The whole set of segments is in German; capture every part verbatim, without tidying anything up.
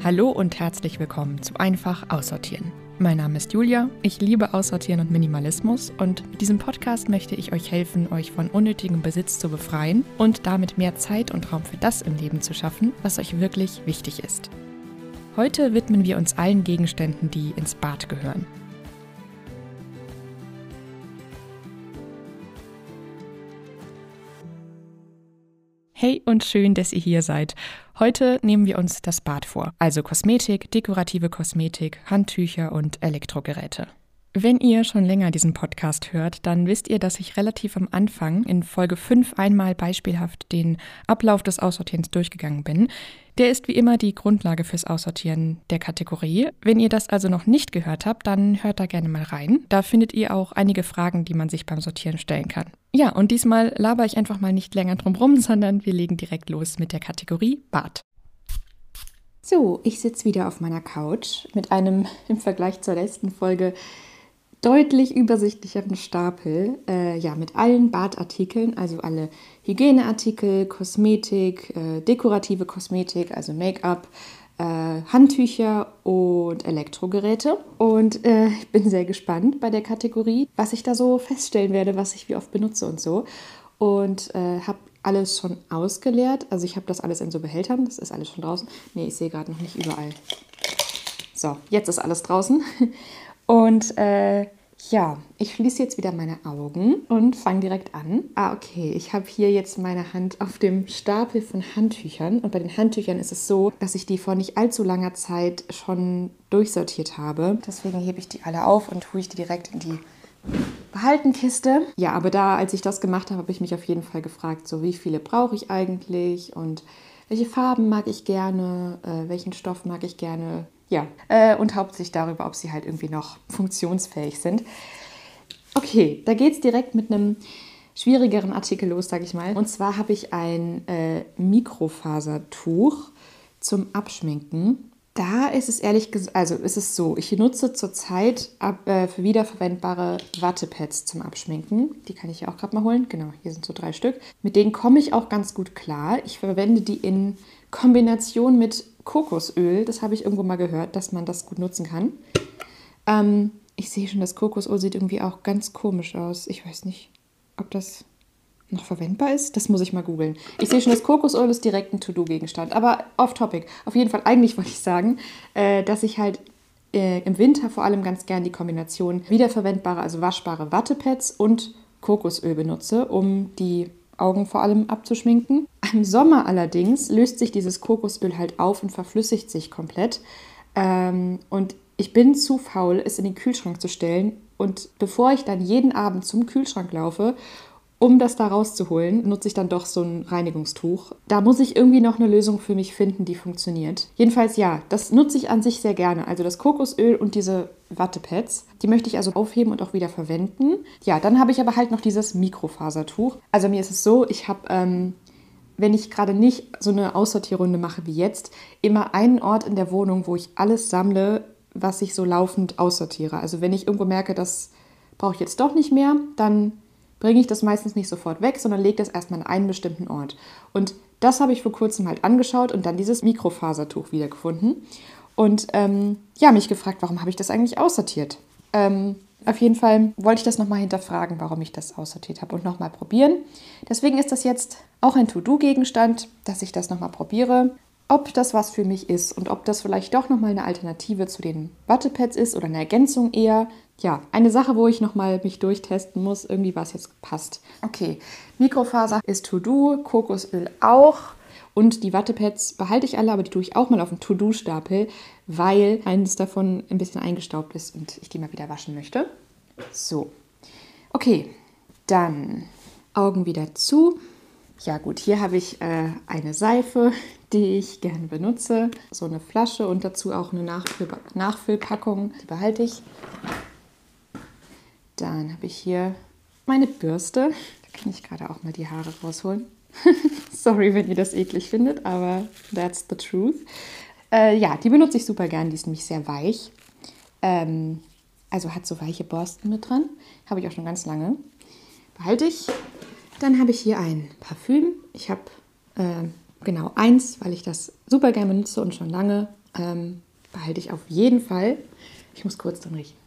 Hallo und herzlich willkommen zu Einfach Aussortieren. Mein Name ist Julia, ich liebe Aussortieren und Minimalismus und mit diesem Podcast möchte ich euch helfen, euch von unnötigem Besitz zu befreien und damit mehr Zeit und Raum für das im Leben zu schaffen, was euch wirklich wichtig ist. Heute widmen wir uns allen Gegenständen, die ins Bad gehören. Hey und schön, dass ihr hier seid. Heute nehmen wir uns das Bad vor, also Kosmetik, dekorative Kosmetik, Handtücher und Elektrogeräte. Wenn ihr schon länger diesen Podcast hört, dann wisst ihr, dass ich relativ am Anfang in Folge fünf einmal beispielhaft den Ablauf des Aussortierens durchgegangen bin. Der ist wie immer die Grundlage fürs Aussortieren der Kategorie. Wenn ihr das also noch nicht gehört habt, dann hört da gerne mal rein. Da findet ihr auch einige Fragen, die man sich beim Sortieren stellen kann. Ja, und diesmal laber ich einfach mal nicht länger drum rum, sondern wir legen direkt los mit der Kategorie Bad. So, ich sitze wieder auf meiner Couch mit einem im Vergleich zur letzten Folge deutlich übersichtlicheren Stapel, äh, ja, mit allen Badartikeln, also alle Hygieneartikel, Kosmetik, äh, dekorative Kosmetik, also Make-up, äh, Handtücher und Elektrogeräte. Und äh, ich bin sehr gespannt bei der Kategorie, was ich da so feststellen werde, was ich wie oft benutze und so. Und äh, habe alles schon ausgeleert, also ich habe das alles in so Behältern, das ist alles schon draußen. Nee, ich sehe gerade noch nicht überall. So, jetzt ist alles draußen. Und äh, ja, ich schließe jetzt wieder meine Augen und fange direkt an. Ah, okay, ich habe hier jetzt meine Hand auf dem Stapel von Handtüchern. Und bei den Handtüchern ist es so, dass ich die vor nicht allzu langer Zeit schon durchsortiert habe. Deswegen hebe ich die alle auf und tue ich die direkt in die Behaltenkiste. Ja, aber da, als ich das gemacht habe, habe ich mich auf jeden Fall gefragt, so wie viele brauche ich eigentlich und welche Farben mag ich gerne, äh, welchen Stoff mag ich gerne. Ja, äh, und hauptsächlich darüber, ob sie halt irgendwie noch funktionsfähig sind. Okay, da geht es direkt mit einem schwierigeren Artikel los, sage ich mal. Und zwar habe ich ein äh, Mikrofasertuch zum Abschminken. Da ist es ehrlich gesagt, also ist es so, ich nutze zurzeit ab, äh, für wiederverwendbare Wattepads zum Abschminken. Die kann ich ja auch gerade mal holen. Genau, hier sind so drei Stück. Mit denen komme ich auch ganz gut klar. Ich verwende die in Kombination mit Kokosöl. Das habe ich irgendwo mal gehört, dass man das gut nutzen kann. Ähm, ich sehe schon, das Kokosöl sieht irgendwie auch ganz komisch aus. Ich weiß nicht, ob das noch verwendbar ist. Das muss ich mal googeln. Ich sehe schon, das Kokosöl ist direkt ein To-Do-Gegenstand. Aber off-topic. Auf jeden Fall, eigentlich wollte ich sagen, äh, dass ich halt äh, im Winter vor allem ganz gern die Kombination wiederverwendbare, also waschbare Wattepads und Kokosöl benutze, um die Augen vor allem abzuschminken. Im Sommer allerdings löst sich dieses Kokosöl halt auf und verflüssigt sich komplett. Ähm, und ich bin zu faul, es in den Kühlschrank zu stellen. Und bevor ich dann jeden Abend zum Kühlschrank laufe, um das da rauszuholen, nutze ich dann doch so ein Reinigungstuch. Da muss ich irgendwie noch eine Lösung für mich finden, die funktioniert. Jedenfalls ja, das nutze ich an sich sehr gerne. Also das Kokosöl und diese Wattepads, die möchte ich also aufheben und auch wieder verwenden. Ja, dann habe ich aber halt noch dieses Mikrofasertuch. Also mir ist es so, ich habe, ähm, wenn ich gerade nicht so eine Aussortierrunde mache wie jetzt, immer einen Ort in der Wohnung, wo ich alles sammle, was ich so laufend aussortiere. Also wenn ich irgendwo merke, das brauche ich jetzt doch nicht mehr, dann bringe ich das meistens nicht sofort weg, sondern lege das erstmal an einen bestimmten Ort. Und das habe ich vor kurzem halt angeschaut und dann dieses Mikrofasertuch wiedergefunden. Und ähm, ja, mich gefragt, warum habe ich das eigentlich aussortiert? Ähm, auf jeden Fall wollte ich das nochmal hinterfragen, warum ich das aussortiert habe und nochmal probieren. Deswegen ist das jetzt auch ein To-Do-Gegenstand, dass ich das nochmal probiere, ob das was für mich ist und ob das vielleicht doch nochmal eine Alternative zu den Wattepads ist oder eine Ergänzung eher. Ja, eine Sache, wo ich nochmal mich durchtesten muss, irgendwie was jetzt passt. Okay, Mikrofaser ist To-Do, Kokosöl auch und die Wattepads behalte ich alle, aber die tue ich auch mal auf den To-Do-Stapel, weil eines davon ein bisschen eingestaubt ist und ich die mal wieder waschen möchte. So, okay, dann Augen wieder zu. Ja gut, hier habe ich äh, eine Seife, die ich gerne benutze, so eine Flasche und dazu auch eine Nachfüll- Nachfüllpackung, die behalte ich. Dann habe ich hier meine Bürste. Da kann ich gerade auch mal die Haare rausholen. Sorry, wenn ihr das eklig findet, aber that's the truth. Äh, ja, die benutze ich super gern. Die ist nämlich sehr weich. Ähm, also hat so weiche Borsten mit dran. Habe ich auch schon ganz lange. Behalte ich. Dann habe ich hier ein Parfüm. Ich habe äh, genau eins, weil ich das super gerne benutze und schon lange. Ähm, behalte ich auf jeden Fall. Ich muss kurz dran riechen.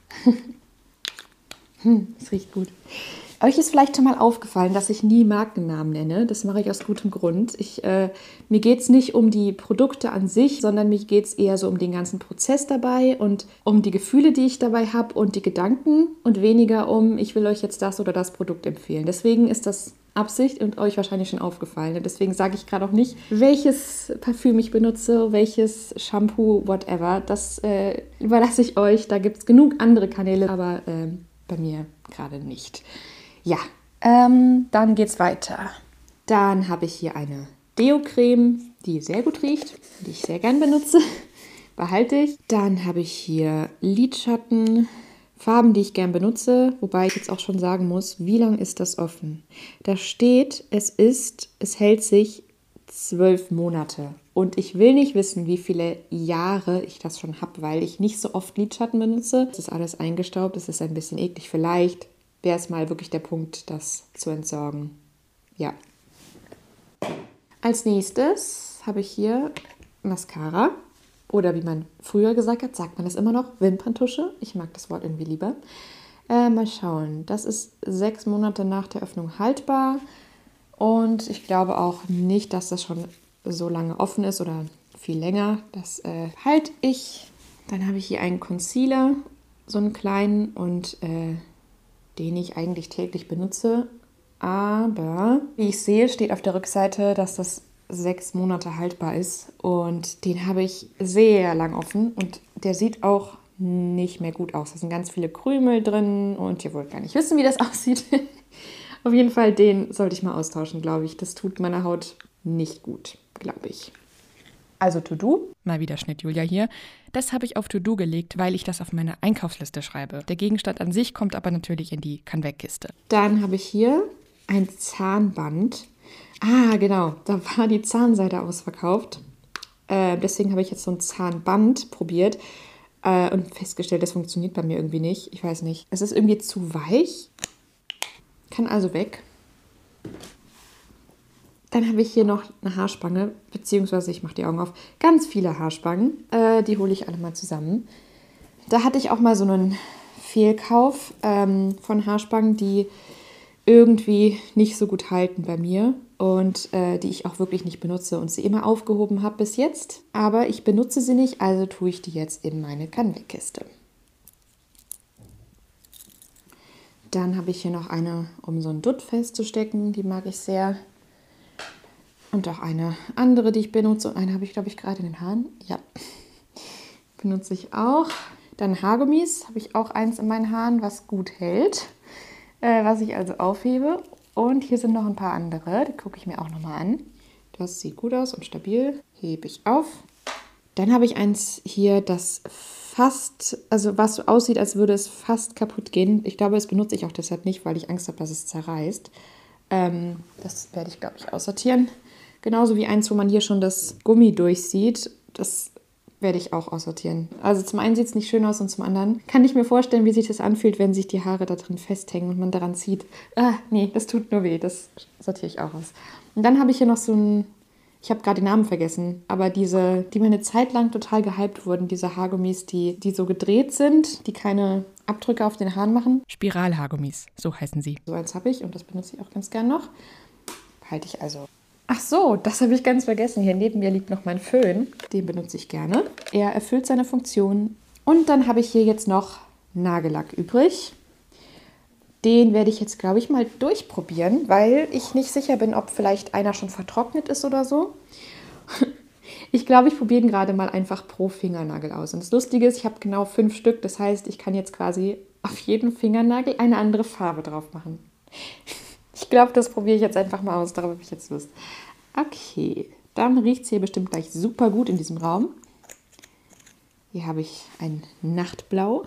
hm, es riecht gut. Euch ist vielleicht schon mal aufgefallen, dass ich nie Markennamen nenne. Das mache ich aus gutem Grund. Ich, äh, mir geht es nicht um die Produkte an sich, sondern mir geht es eher so um den ganzen Prozess dabei und um die Gefühle, die ich dabei habe und die Gedanken und weniger um, ich will euch jetzt das oder das Produkt empfehlen. Deswegen ist das Absicht und euch wahrscheinlich schon aufgefallen. Und deswegen sage ich gerade auch nicht, welches Parfüm ich benutze, welches Shampoo, whatever. Das äh, überlasse ich euch. Da gibt es genug andere Kanäle, aber äh, bei mir gerade nicht. Ja, ähm, dann geht's weiter. Dann habe ich hier eine Deo-Creme, die sehr gut riecht, die ich sehr gern benutze. Behalte ich. Dann habe ich hier Lidschatten, Farben, die ich gern benutze, wobei ich jetzt auch schon sagen muss, wie lange ist das offen? Da steht, es ist, es hält sich zwölf Monate. Und ich will nicht wissen, wie viele Jahre ich das schon habe, weil ich nicht so oft Lidschatten benutze. Es ist alles eingestaubt, es ist ein bisschen eklig. Vielleicht wäre es mal wirklich der Punkt, das zu entsorgen. Ja. Als nächstes habe ich hier Mascara. Oder wie man früher gesagt hat, sagt man das immer noch, Wimperntusche. Ich mag das Wort irgendwie lieber. Äh, mal schauen. Das ist sechs Monate nach der Öffnung haltbar. Und ich glaube auch nicht, dass das schon so lange offen ist oder viel länger. Das äh, halte ich. Dann habe ich hier einen Concealer, so einen kleinen und äh, den ich eigentlich täglich benutze. Aber wie ich sehe, steht auf der Rückseite, dass das sechs Monate haltbar ist. Und den habe ich sehr lang offen und der sieht auch nicht mehr gut aus. Da sind ganz viele Krümel drin und ihr wollt gar nicht wissen, wie das aussieht. Auf jeden Fall, den sollte ich mal austauschen, glaube ich. Das tut meiner Haut nicht gut, glaube ich. Also To-Do. Mal wieder Schnitt Julia hier. Das habe ich auf To-Do gelegt, weil ich das auf meine Einkaufsliste schreibe. Der Gegenstand an sich kommt aber natürlich in die Kann-Weg-Kiste. Dann habe ich hier ein Zahnband. Ah, genau. Da war die Zahnseide ausverkauft. Äh, deswegen habe ich jetzt so ein Zahnband probiert äh, und festgestellt, das funktioniert bei mir irgendwie nicht. Ich weiß nicht. Es ist irgendwie zu weich. Kann also weg. Dann habe ich hier noch eine Haarspange, beziehungsweise ich mache die Augen auf, ganz viele Haarspangen. Äh, die hole ich alle mal zusammen. Da hatte ich auch mal so einen Fehlkauf ähm, von Haarspangen, die irgendwie nicht so gut halten bei mir und äh, die ich auch wirklich nicht benutze und sie immer aufgehoben habe bis jetzt. Aber ich benutze sie nicht, also tue ich die jetzt in meine Kann-Weg-Kiste. Dann habe ich hier noch eine, um so ein Dutt festzustecken, die mag ich sehr. Und auch eine andere, die ich benutze. Und eine habe ich, glaube ich, gerade in den Haaren. Ja, benutze ich auch. Dann Haargummis, habe ich auch eins in meinen Haaren, was gut hält, äh, was ich also aufhebe. Und hier sind noch ein paar andere, die gucke ich mir auch nochmal an. Das sieht gut aus und stabil, hebe ich auf. Dann habe ich eins hier, das fast, also was so aussieht, als würde es fast kaputt gehen. Ich glaube, das benutze ich auch deshalb nicht, weil ich Angst habe, dass es zerreißt. Ähm, das werde ich, glaube ich, aussortieren. Genauso wie eins, wo man hier schon das Gummi durchsieht. Das werde ich auch aussortieren. Also zum einen sieht es nicht schön aus und zum anderen kann ich mir vorstellen, wie sich das anfühlt, wenn sich die Haare da drin festhängen und man daran zieht. Ah, nee, das tut nur weh. Das sortiere ich auch aus. Und dann habe ich hier noch so ein, ich habe gerade den Namen vergessen, aber diese, die mir eine Zeit lang total gehypt wurden, diese Haargummis, die, die so gedreht sind, die keine Abdrücke auf den Haaren machen. Spiralhaargummis, so heißen sie. So eins habe ich und das benutze ich auch ganz gern noch. Halte ich also. Ach so, das habe ich ganz vergessen. Hier neben mir liegt noch mein Föhn. Den benutze ich gerne. Er erfüllt seine Funktion. Und dann habe ich hier jetzt noch Nagellack übrig. Den werde ich jetzt, glaube ich, mal durchprobieren, weil ich nicht sicher bin, ob vielleicht einer schon vertrocknet ist oder so. Ich glaube, ich probiere ihn gerade mal einfach pro Fingernagel aus. Und das Lustige ist, ich habe genau fünf Stück. Das heißt, ich kann jetzt quasi auf jeden Fingernagel eine andere Farbe drauf machen. Ich glaube, das probiere ich jetzt einfach mal aus. Darauf habe ich jetzt Lust. Okay, dann riecht es hier bestimmt gleich super gut in diesem Raum. Hier habe ich ein Nachtblau.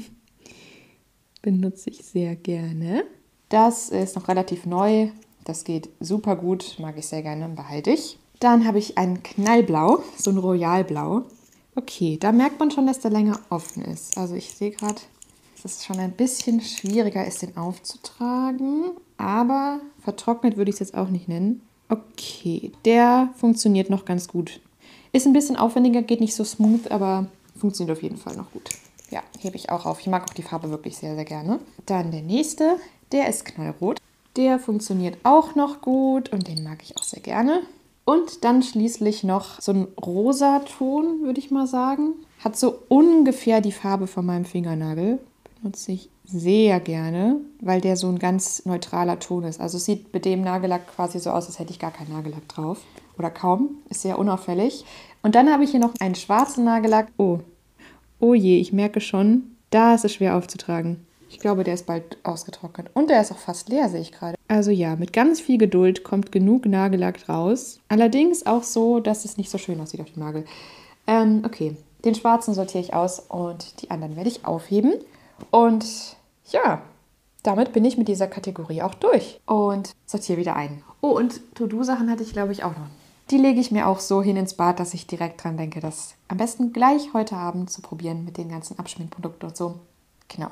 Benutze ich sehr gerne. Das ist noch relativ neu. Das geht super gut. Mag ich sehr gerne. Behalte ich. Dann habe ich ein Knallblau. So ein Royalblau. Okay, da merkt man schon, dass der länger offen ist. Also ich sehe gerade, dass es schon ein bisschen schwieriger ist, den aufzutragen. Aber vertrocknet würde ich es jetzt auch nicht nennen. Okay, der funktioniert noch ganz gut. Ist ein bisschen aufwendiger, geht nicht so smooth, aber funktioniert auf jeden Fall noch gut. Ja, hebe ich auch auf. Ich mag auch die Farbe wirklich sehr, sehr gerne. Dann der nächste, der ist knallrot. Der funktioniert auch noch gut und den mag ich auch sehr gerne. Und dann schließlich noch so ein rosa Ton, würde ich mal sagen. Hat so ungefähr die Farbe von meinem Fingernagel. Benutze ich sehr gerne, weil der so ein ganz neutraler Ton ist. Also es sieht mit dem Nagellack quasi so aus, als hätte ich gar keinen Nagellack drauf. Oder kaum. Ist sehr unauffällig. Und dann habe ich hier noch einen schwarzen Nagellack. Oh, oh je, ich merke schon, da ist es schwer aufzutragen. Ich glaube, der ist bald ausgetrocknet. Und der ist auch fast leer, sehe ich gerade. Also ja, mit ganz viel Geduld kommt genug Nagellack raus. Allerdings auch so, dass es nicht so schön aussieht auf dem Nagel. Ähm, okay, den schwarzen sortiere ich aus und die anderen werde ich aufheben. Und ja, damit bin ich mit dieser Kategorie auch durch. Und sortiere wieder ein. Oh, und To-Do-Sachen hatte ich, glaube ich, auch noch. Die lege ich mir auch so hin ins Bad, dass ich direkt dran denke, das am besten gleich heute Abend zu probieren mit den ganzen Abschminkprodukten und so. Genau.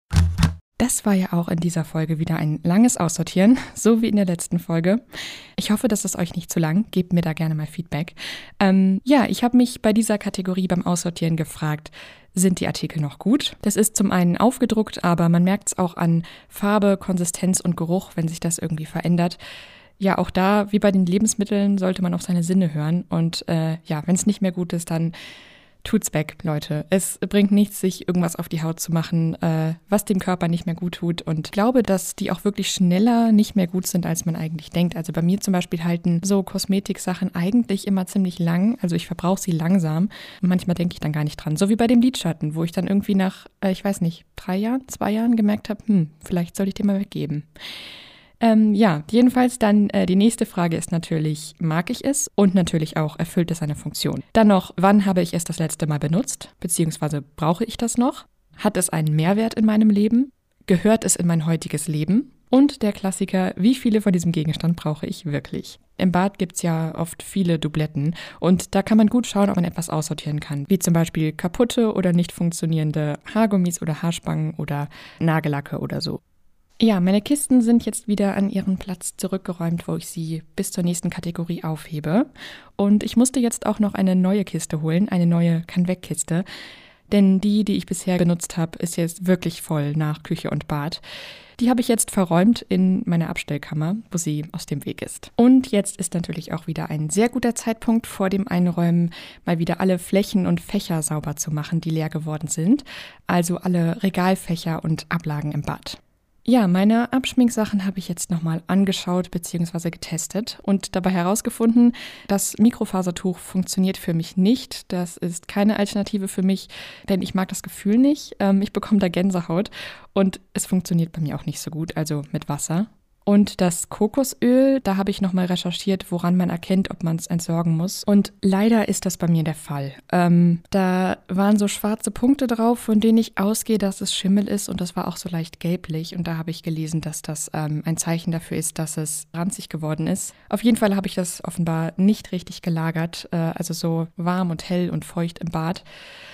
Das war ja auch in dieser Folge wieder ein langes Aussortieren, so wie in der letzten Folge. Ich hoffe, das ist euch nicht zu lang. Gebt mir da gerne mal Feedback. Ähm, ja, ich habe mich bei dieser Kategorie beim Aussortieren gefragt, sind die Artikel noch gut? Das ist zum einen aufgedruckt, aber man merkt es auch an Farbe, Konsistenz und Geruch, wenn sich das irgendwie verändert. Ja, auch da, wie bei den Lebensmitteln, sollte man auf seine Sinne hören. Und äh, ja, wenn es nicht mehr gut ist, dann tut's weg, Leute. Es bringt nichts, sich irgendwas auf die Haut zu machen, äh, was dem Körper nicht mehr gut tut. Und ich glaube, dass die auch wirklich schneller nicht mehr gut sind, als man eigentlich denkt. Also bei mir zum Beispiel halten so Kosmetiksachen eigentlich immer ziemlich lang. Also ich verbrauche sie langsam. Und manchmal denke ich dann gar nicht dran. So wie bei dem Lidschatten, wo ich dann irgendwie nach, äh, ich weiß nicht, drei Jahren, zwei Jahren gemerkt habe, hm, vielleicht soll ich den mal weggeben. Ähm, ja, jedenfalls dann äh, die nächste Frage ist natürlich, mag ich es? Und natürlich auch, erfüllt es seine Funktion? Dann noch, wann habe ich es das letzte Mal benutzt? Beziehungsweise brauche ich das noch? Hat es einen Mehrwert in meinem Leben? Gehört es in mein heutiges Leben? Und der Klassiker, wie viele von diesem Gegenstand brauche ich wirklich? Im Bad gibt es ja oft viele Dubletten und da kann man gut schauen, ob man etwas aussortieren kann. Wie zum Beispiel kaputte oder nicht funktionierende Haargummis oder Haarspangen oder Nagellacke oder so. Ja, meine Kisten sind jetzt wieder an ihren Platz zurückgeräumt, wo ich sie bis zur nächsten Kategorie aufhebe. Und ich musste jetzt auch noch eine neue Kiste holen, eine neue Kann-Weg-Kiste. Denn die, die ich bisher benutzt habe, ist jetzt wirklich voll nach Küche und Bad. Die habe ich jetzt verräumt in meine Abstellkammer, wo sie aus dem Weg ist. Und jetzt ist natürlich auch wieder ein sehr guter Zeitpunkt vor dem Einräumen, mal wieder alle Flächen und Fächer sauber zu machen, die leer geworden sind. Also alle Regalfächer und Ablagen im Bad. Ja, meine Abschminksachen habe ich jetzt nochmal angeschaut bzw. getestet und dabei herausgefunden, das Mikrofasertuch funktioniert für mich nicht. Das ist keine Alternative für mich, denn ich mag das Gefühl nicht. Ähm, ich bekomme da Gänsehaut und es funktioniert bei mir auch nicht so gut, also mit Wasser. Und das Kokosöl, da habe ich nochmal recherchiert, woran man erkennt, ob man es entsorgen muss. Und leider ist das bei mir der Fall. Ähm, da waren so schwarze Punkte drauf, von denen ich ausgehe, dass es Schimmel ist. Und das war auch so leicht gelblich. Und da habe ich gelesen, dass das ähm, ein Zeichen dafür ist, dass es ranzig geworden ist. Auf jeden Fall habe ich das offenbar nicht richtig gelagert. Äh, also so warm und hell und feucht im Bad.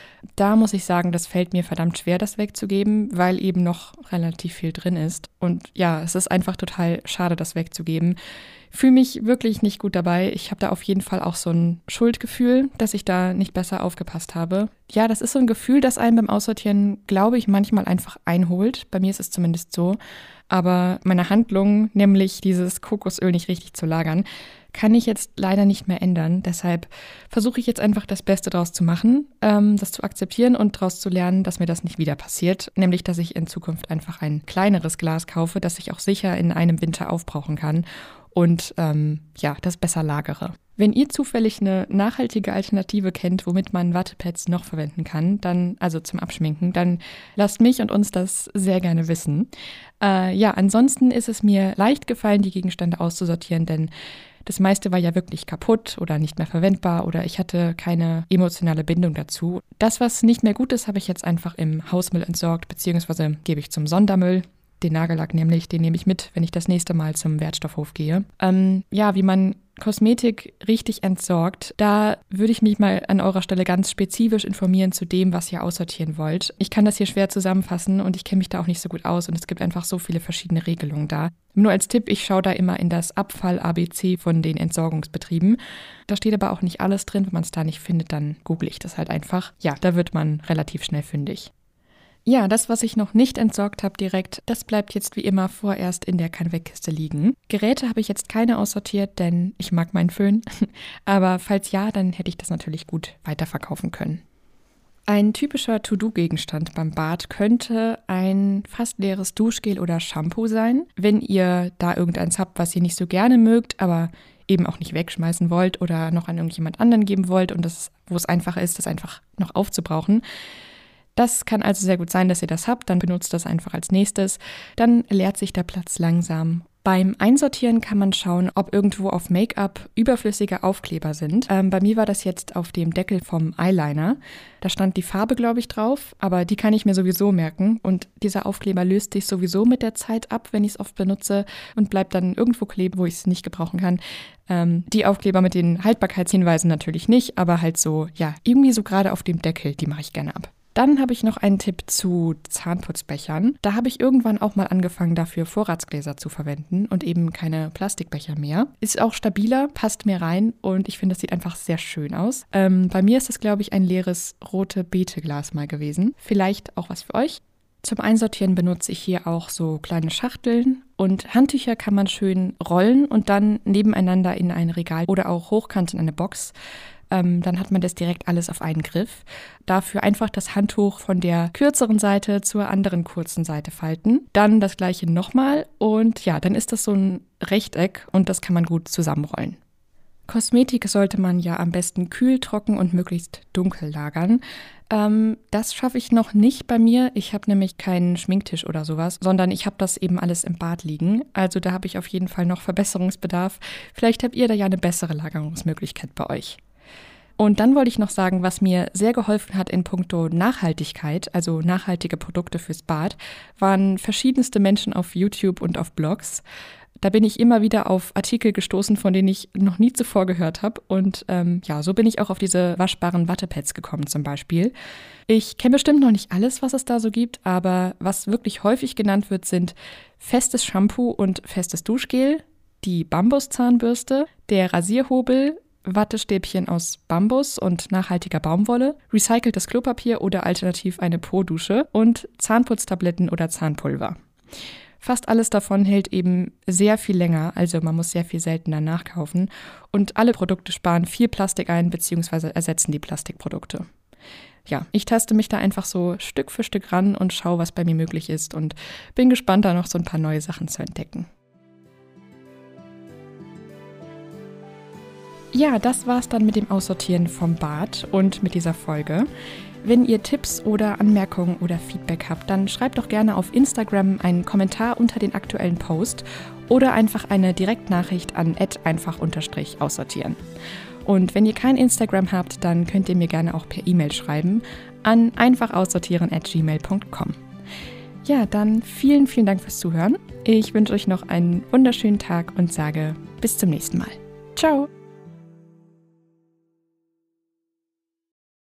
Da muss ich sagen, das fällt mir verdammt schwer, das wegzugeben, weil eben noch relativ viel drin ist. Und ja, es ist einfach total schade, das wegzugeben. Fühle mich wirklich nicht gut dabei. Ich habe da auf jeden Fall auch so ein Schuldgefühl, dass ich da nicht besser aufgepasst habe. Ja, das ist so ein Gefühl, das einen beim Aussortieren, glaube ich, manchmal einfach einholt. Bei mir ist es zumindest so. Aber meine Handlung, nämlich dieses Kokosöl nicht richtig zu lagern, kann ich jetzt leider nicht mehr ändern. Deshalb versuche ich jetzt einfach das Beste draus zu machen, ähm, das zu akzeptieren und daraus zu lernen, dass mir das nicht wieder passiert. Nämlich, dass ich in Zukunft einfach ein kleineres Glas kaufe, das ich auch sicher in einem Winter aufbrauchen kann und ähm, ja, das besser lagere. Wenn ihr zufällig eine nachhaltige Alternative kennt, womit man Wattepads noch verwenden kann, dann, also zum Abschminken, dann lasst mich und uns das sehr gerne wissen. Äh, ja, ansonsten ist es mir leicht gefallen, die Gegenstände auszusortieren, denn das meiste war ja wirklich kaputt oder nicht mehr verwendbar oder ich hatte keine emotionale Bindung dazu. Das, was nicht mehr gut ist, habe ich jetzt einfach im Hausmüll entsorgt, beziehungsweise gebe ich zum Sondermüll. Den Nagellack nämlich, den nehme ich mit, wenn ich das nächste Mal zum Wertstoffhof gehe. Ähm, ja, wie man Kosmetik richtig entsorgt, da würde ich mich mal an eurer Stelle ganz spezifisch informieren zu dem, was ihr aussortieren wollt. Ich kann das hier schwer zusammenfassen und ich kenne mich da auch nicht so gut aus und es gibt einfach so viele verschiedene Regelungen da. Nur als Tipp, ich schaue da immer in das Abfall-A B C von den Entsorgungsbetrieben. Da steht aber auch nicht alles drin. Wenn man es da nicht findet, dann google ich das halt einfach. Ja, da wird man relativ schnell fündig. Ja, das, was ich noch nicht entsorgt habe direkt, das bleibt jetzt wie immer vorerst in der Kann-Weg-Kiste liegen. Geräte habe ich jetzt keine aussortiert, denn ich mag meinen Föhn. Aber falls ja, dann hätte ich das natürlich gut weiterverkaufen können. Ein typischer To-Do-Gegenstand beim Bad könnte ein fast leeres Duschgel oder Shampoo sein. Wenn ihr da irgendeins habt, was ihr nicht so gerne mögt, aber eben auch nicht wegschmeißen wollt oder noch an irgendjemand anderen geben wollt und das, wo es einfacher ist, das einfach noch aufzubrauchen. Das kann also sehr gut sein, dass ihr das habt, dann benutzt das einfach als nächstes. Dann leert sich der Platz langsam. Beim Einsortieren kann man schauen, ob irgendwo auf Make-up überflüssige Aufkleber sind. Ähm, bei mir war das jetzt auf dem Deckel vom Eyeliner. Da stand die Farbe, glaube ich, drauf, aber die kann ich mir sowieso merken. Und dieser Aufkleber löst sich sowieso mit der Zeit ab, wenn ich es oft benutze und bleibt dann irgendwo kleben, wo ich es nicht gebrauchen kann. Ähm, die Aufkleber mit den Haltbarkeitshinweisen natürlich nicht, aber halt so, ja, irgendwie so gerade auf dem Deckel, die mache ich gerne ab. Dann habe ich noch einen Tipp zu Zahnputzbechern. Da habe ich irgendwann auch mal angefangen, dafür Vorratsgläser zu verwenden und eben keine Plastikbecher mehr. Ist auch stabiler, passt mehr rein und ich finde, das sieht einfach sehr schön aus. Ähm, bei mir ist das, glaube ich, ein leeres rote Beete-Glas mal gewesen. Vielleicht auch was für euch. Zum Einsortieren benutze ich hier auch so kleine Schachteln und Handtücher kann man schön rollen und dann nebeneinander in ein Regal oder auch hochkant in eine Box. Ähm, dann hat man das direkt alles auf einen Griff. Dafür einfach das Handtuch von der kürzeren Seite zur anderen kurzen Seite falten. Dann das gleiche nochmal und ja, dann ist das so ein Rechteck und das kann man gut zusammenrollen. Kosmetik sollte man ja am besten kühl, trocken und möglichst dunkel lagern. Ähm, das schaffe ich noch nicht bei mir. Ich habe nämlich keinen Schminktisch oder sowas, sondern ich habe das eben alles im Bad liegen. Also da habe ich auf jeden Fall noch Verbesserungsbedarf. Vielleicht habt ihr da ja eine bessere Lagerungsmöglichkeit bei euch. Und dann wollte ich noch sagen, was mir sehr geholfen hat in puncto Nachhaltigkeit, also nachhaltige Produkte fürs Bad, waren verschiedenste Menschen auf YouTube und auf Blogs. Da bin ich immer wieder auf Artikel gestoßen, von denen ich noch nie zuvor gehört habe. Und ähm, ja, so bin ich auch auf diese waschbaren Wattepads gekommen zum Beispiel. Ich kenne bestimmt noch nicht alles, was es da so gibt, aber was wirklich häufig genannt wird, sind festes Shampoo und festes Duschgel, die Bambuszahnbürste, der Rasierhobel, Wattestäbchen aus Bambus und nachhaltiger Baumwolle, recyceltes Klopapier oder alternativ eine Po-Dusche und Zahnputztabletten oder Zahnpulver. Fast alles davon hält eben sehr viel länger, also man muss sehr viel seltener nachkaufen und alle Produkte sparen viel Plastik ein bzw. ersetzen die Plastikprodukte. Ja, ich taste mich da einfach so Stück für Stück ran und schaue, was bei mir möglich ist und bin gespannt, da noch so ein paar neue Sachen zu entdecken. Ja, das war's dann mit dem Aussortieren vom Bad und mit dieser Folge. Wenn ihr Tipps oder Anmerkungen oder Feedback habt, dann schreibt doch gerne auf Instagram einen Kommentar unter den aktuellen Post oder einfach eine Direktnachricht an at einfach aussortieren. Und wenn ihr kein Instagram habt, dann könnt ihr mir gerne auch per E-Mail schreiben an einfachaussortieren at gmail punkt com. Ja, dann vielen, vielen Dank fürs Zuhören. Ich wünsche euch noch einen wunderschönen Tag und sage bis zum nächsten Mal. Ciao!